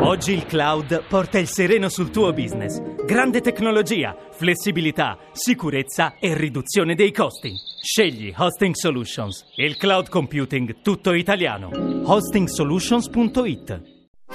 Oggi il cloud porta il sereno sul tuo business. Grande tecnologia, flessibilità, sicurezza e riduzione dei costi. Scegli Hosting Solutions, il cloud computing tutto italiano. Hostingsolutions.it.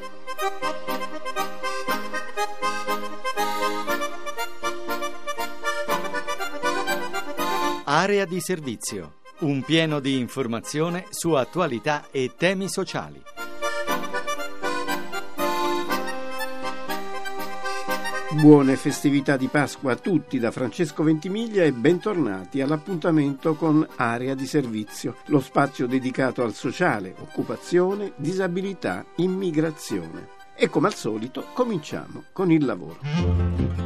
Area di servizio, un pieno di informazione su attualità e temi sociali. Buone festività di Pasqua a tutti da Francesco Ventimiglia e bentornati all'appuntamento con Area di Servizio, lo spazio dedicato al sociale, occupazione, disabilità, immigrazione. E come al solito cominciamo con il lavoro.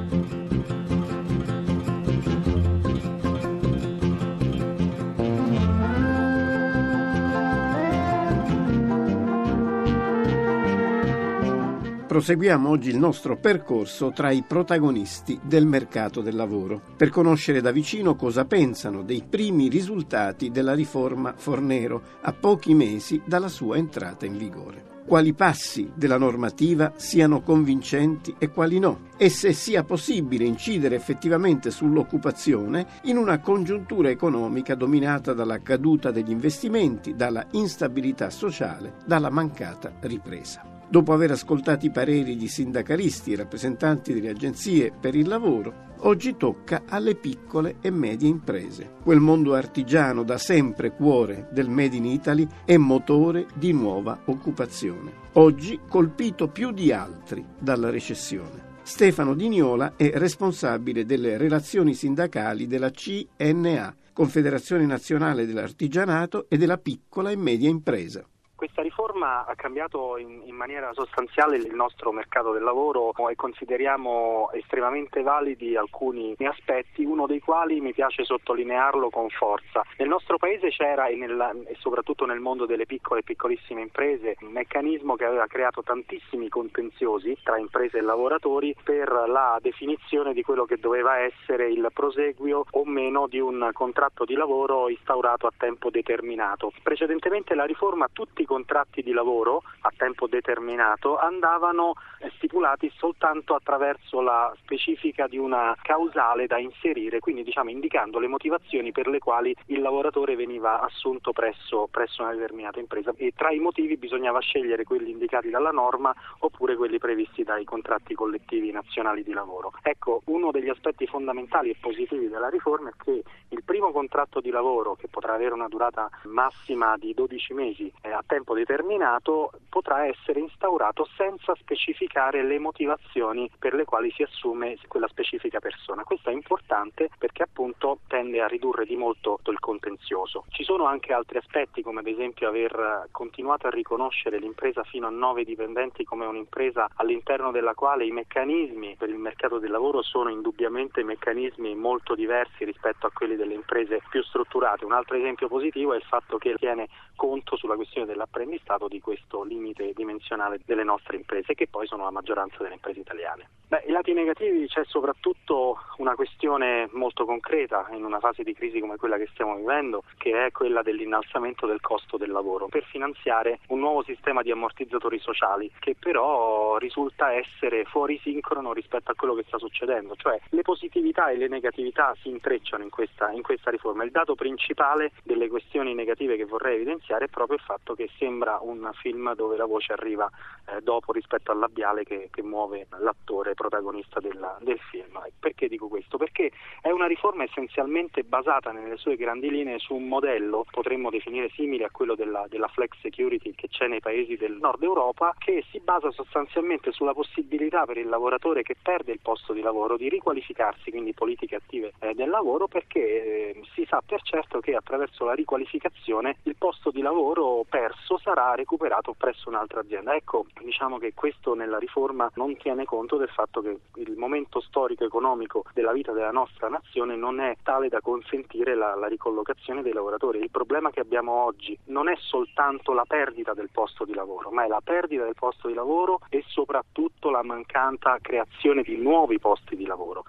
Proseguiamo oggi il nostro percorso tra i protagonisti del mercato del lavoro, per conoscere da vicino cosa pensano dei primi risultati della riforma Fornero a pochi mesi dalla sua entrata in vigore. Quali passi della normativa siano convincenti e quali no, e se sia possibile incidere effettivamente sull'occupazione in una congiuntura economica dominata dalla caduta degli investimenti, dalla instabilità sociale, dalla mancata ripresa. Dopo aver ascoltato i pareri di sindacalisti e rappresentanti delle agenzie per il lavoro, oggi tocca alle piccole e medie imprese. Quel mondo artigiano da sempre cuore del Made in Italy e motore di nuova occupazione. Oggi colpito più di altri dalla recessione. Stefano Di Niola è responsabile delle relazioni sindacali della CNA, Confederazione Nazionale dell'Artigianato e della Piccola e Media Impresa. Questa riforma ha cambiato in maniera sostanziale il nostro mercato del lavoro e consideriamo estremamente validi alcuni aspetti, uno dei quali mi piace sottolinearlo con forza. Nel nostro paese c'era e soprattutto nel mondo delle piccole e piccolissime imprese un meccanismo che aveva creato tantissimi contenziosi tra imprese e lavoratori per la definizione di quello che doveva essere il proseguio o meno di un contratto di lavoro instaurato a tempo determinato. Precedentemente la riforma, tutti i contratti di lavoro a tempo determinato andavano stipulati soltanto attraverso la specifica di una causale da inserire, quindi indicando le motivazioni per le quali il lavoratore veniva assunto presso una determinata impresa, e tra i motivi bisognava scegliere quelli indicati dalla norma oppure quelli previsti dai contratti collettivi nazionali di lavoro. Ecco, uno degli aspetti fondamentali e positivi della riforma è che il primo contratto di lavoro, che potrà avere una durata massima di 12 mesi a tempo determinato, potrà essere instaurato senza specificare le motivazioni per le quali si assume quella specifica persona. Questo è importante perché appunto tende a ridurre di molto il contenzioso. Ci sono anche altri aspetti, come ad esempio aver continuato a riconoscere l'impresa fino a 9 dipendenti come un'impresa all'interno della quale i meccanismi per il mercato del lavoro sono indubbiamente meccanismi molto diversi rispetto a quelli delle imprese più strutturate. Un altro esempio positivo è il fatto che tiene conto sulla questione dell'apprendistato di questo limite dimensionale delle nostre imprese, che poi sono la maggioranza delle imprese italiane. I lati negativi: c'è soprattutto una questione molto concreta in una fase di crisi come quella che stiamo vivendo, che è quella dell'innalzamento del costo del lavoro per finanziare un nuovo sistema di ammortizzatori sociali, che però risulta essere fuori sincrono rispetto a quello che sta succedendo, cioè le positività e le negatività si intrecciano in questa riforma. Il dato principale delle questioni negative che vorrei evidenziare è proprio il fatto che sembra un film dove la voce arriva dopo rispetto al labiale che muove l'attore protagonista del film. Perché dico questo? Perché è una riforma essenzialmente basata nelle sue grandi linee su un modello, potremmo definire simile a quello della flex security che c'è nei paesi del nord Europa, che si basa sostanzialmente sulla possibilità per il lavoratore che perde il posto di lavoro di riqualificarsi, quindi politiche attive del lavoro, perché si sa per certo che attraverso la riqualificazione il posto di lavoro perso sarà recuperato presso un'altra azienda. Ecco, diciamo che questo nella riforma non tiene conto del fatto che il momento storico economico della vita della nostra nazione non è tale da consentire la ricollocazione dei lavoratori. Il problema che abbiamo oggi non è soltanto la perdita del posto di lavoro, ma è la perdita del posto di lavoro e soprattutto la mancata creazione di nuovi posti di lavoro.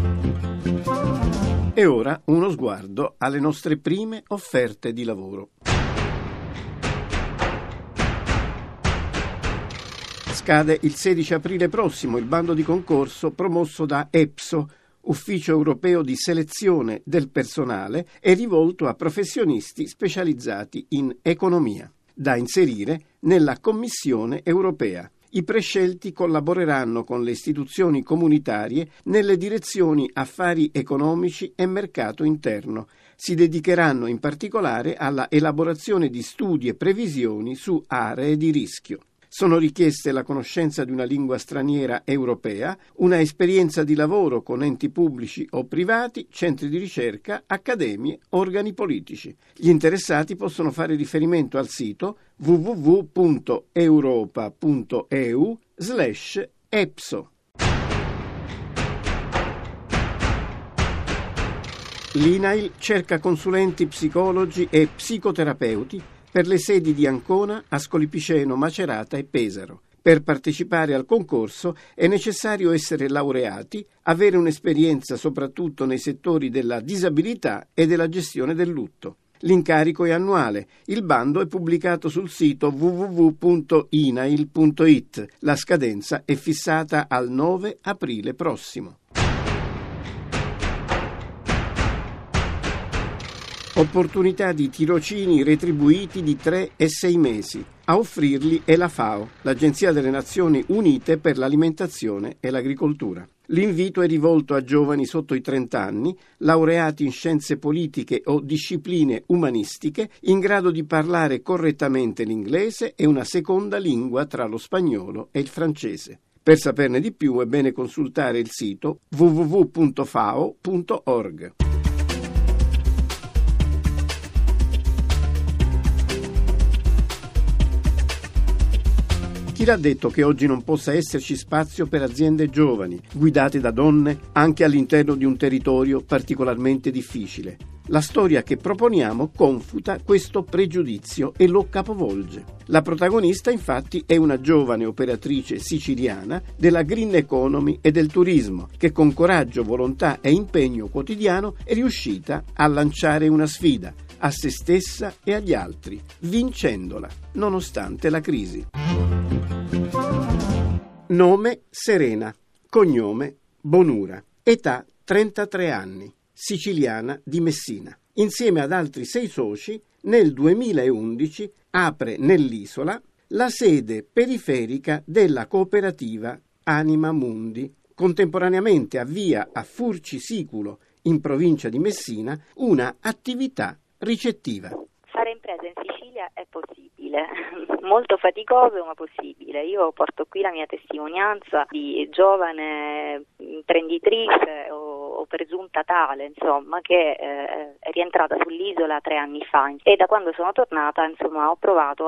E ora uno sguardo alle nostre prime offerte di lavoro. Scade il 16 aprile prossimo il bando di concorso promosso da EPSO, Ufficio Europeo di Selezione del Personale, è rivolto a professionisti specializzati in economia, da inserire nella Commissione europea. I prescelti collaboreranno con le istituzioni comunitarie nelle direzioni affari economici e mercato interno. Si dedicheranno in particolare alla elaborazione di studi e previsioni su aree di rischio. Sono richieste la conoscenza di una lingua straniera europea, una esperienza di lavoro con enti pubblici o privati, centri di ricerca, accademie, organi politici. Gli interessati possono fare riferimento al sito www.europa.eu/EPSO. L'INAIL cerca consulenti psicologi e psicoterapeuti per le sedi di Ancona, Ascoli Piceno, Macerata e Pesaro. Per partecipare al concorso è necessario essere laureati, avere un'esperienza soprattutto nei settori della disabilità e della gestione del lutto. L'incarico è annuale. Il bando è pubblicato sul sito www.inail.it. La scadenza è fissata al 9 aprile prossimo. Opportunità di tirocini retribuiti di 3 e 6 mesi. A offrirli è la FAO, l'Agenzia delle Nazioni Unite per l'Alimentazione e l'Agricoltura. L'invito è rivolto a giovani sotto i 30 anni, laureati in scienze politiche o discipline umanistiche, in grado di parlare correttamente l'inglese e una seconda lingua tra lo spagnolo e il francese. Per saperne di più è bene consultare il sito www.fao.org. Chi l'ha detto che oggi non possa esserci spazio per aziende giovani, guidate da donne, anche all'interno di un territorio particolarmente difficile? La storia che proponiamo confuta questo pregiudizio e lo capovolge. La protagonista, infatti, è una giovane operatrice siciliana della green economy e del turismo, che con coraggio, volontà e impegno quotidiano è riuscita a lanciare una sfida a se stessa e agli altri, vincendola, nonostante la crisi. Nome Serena, cognome Bonura, età 33 anni, siciliana di Messina. Insieme ad altri 6 soci, nel 2011 apre nell'isola la sede periferica della cooperativa Anima Mundi. Contemporaneamente avvia a Furci Siculo, in provincia di Messina, una attività ricettiva. Fare impresa in Sicilia è possibile, molto faticoso ma possibile. Io porto qui la mia testimonianza di giovane imprenditrice o presunta tale, insomma, che è rientrata sull'isola 3 anni fa, e da quando sono tornata, insomma, ho provato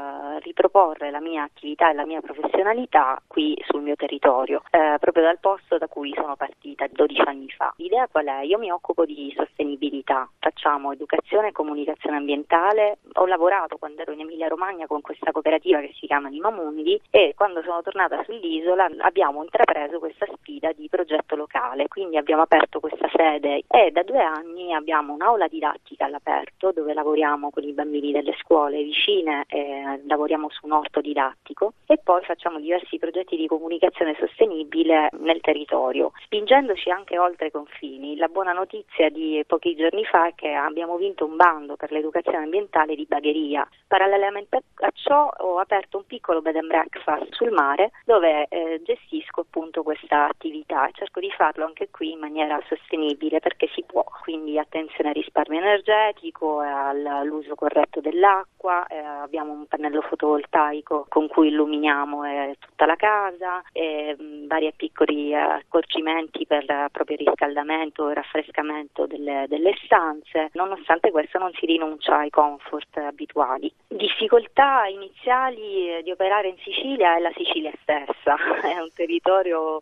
a riproporre la mia attività e la mia professionalità qui sul mio territorio, proprio dal posto da cui sono partita 12 anni fa. L'idea qual è? Io mi occupo di sostenibilità, facciamo educazione e comunicazione ambientale. Ho lavorato quando ero in Emilia Romagna con questa cooperativa che si chiama Anima Mundi, e quando sono tornata sull'isola abbiamo intrapreso questa sfida di progetto locale, quindi abbiamo aperto questa sede e da 2 anni abbiamo un'aula didattica all'aperto dove lavoriamo con i bambini delle scuole vicine, lavoriamo su un orto didattico e poi facciamo diversi progetti di comunicazione sostenibile nel territorio, spingendoci anche oltre i confini. La buona notizia di pochi giorni fa è che abbiamo vinto un bando per l'educazione ambientale di Bagheria. Parallelamente a ciò ho aperto un piccolo bed and breakfast sul mare dove gestisco appunto questa attività e cerco di farlo anche qui in maniera sostenibile, perché si può, quindi attenzione al risparmio energetico, all'uso corretto dell'acqua, abbiamo un pannello fotovoltaico con cui illuminiamo tutta la casa, vari piccoli accorgimenti per proprio riscaldamento e raffrescamento delle stanze. Nonostante questo non si rinuncia ai comfort abituali. Difficoltà iniziali di operare in Sicilia è la Sicilia stessa, è un territorio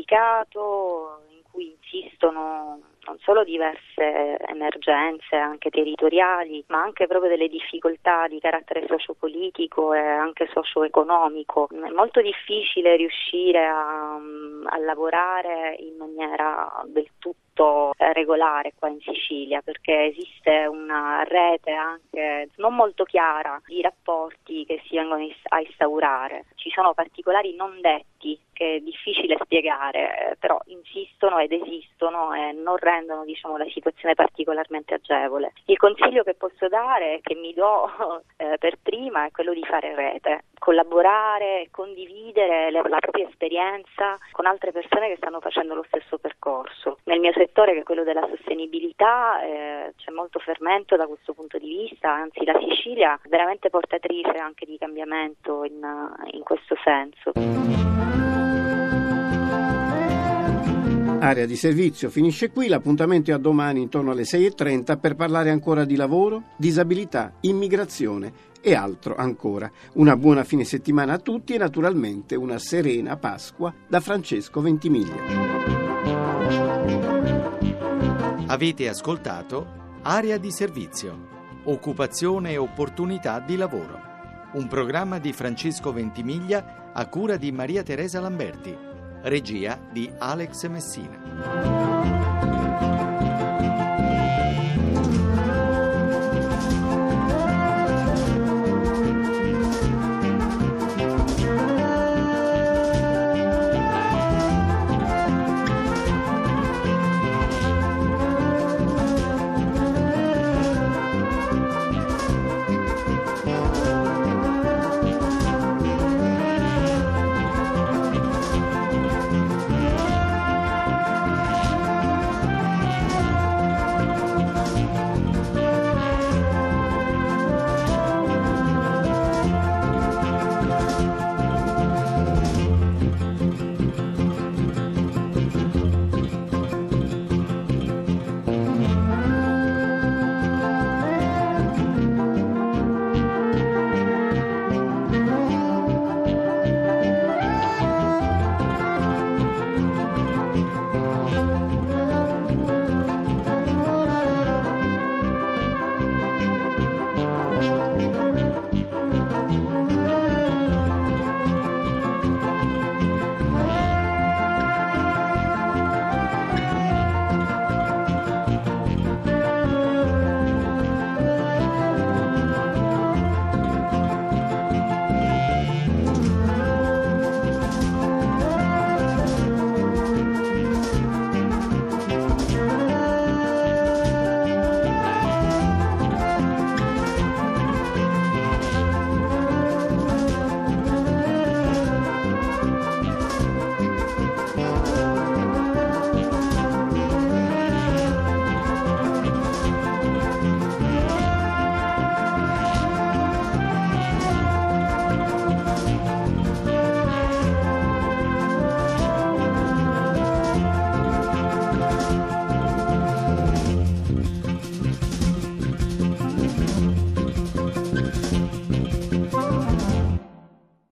complicato in cui insistono non solo diverse emergenze anche territoriali, ma anche proprio delle difficoltà di carattere sociopolitico e anche socio-economico. È molto difficile riuscire a lavorare in maniera del tutto molto regolare qua in Sicilia, perché esiste una rete anche non molto chiara di rapporti che si vengono a instaurare. Ci sono particolari non detti che è difficile spiegare, però insistono ed esistono e non rendono, la situazione particolarmente agevole. Il consiglio che posso dare, che mi do per prima, è quello di fare rete, collaborare, condividere la propria esperienza con altre persone che stanno facendo lo stesso percorso. Nel mio settore, che è quello della sostenibilità, c'è molto fermento da questo punto di vista, anzi la Sicilia è veramente portatrice anche di cambiamento in questo senso. Area di servizio finisce qui, l'appuntamento è a domani intorno alle 6:30 per parlare ancora di lavoro, disabilità, immigrazione e altro ancora. Una buona fine settimana a tutti e naturalmente una serena Pasqua da Francesco Ventimiglia. Avete ascoltato Area di servizio, occupazione e opportunità di lavoro. Un programma di Francesco Ventimiglia a cura di Maria Teresa Lamberti. Regia di Alex Messina.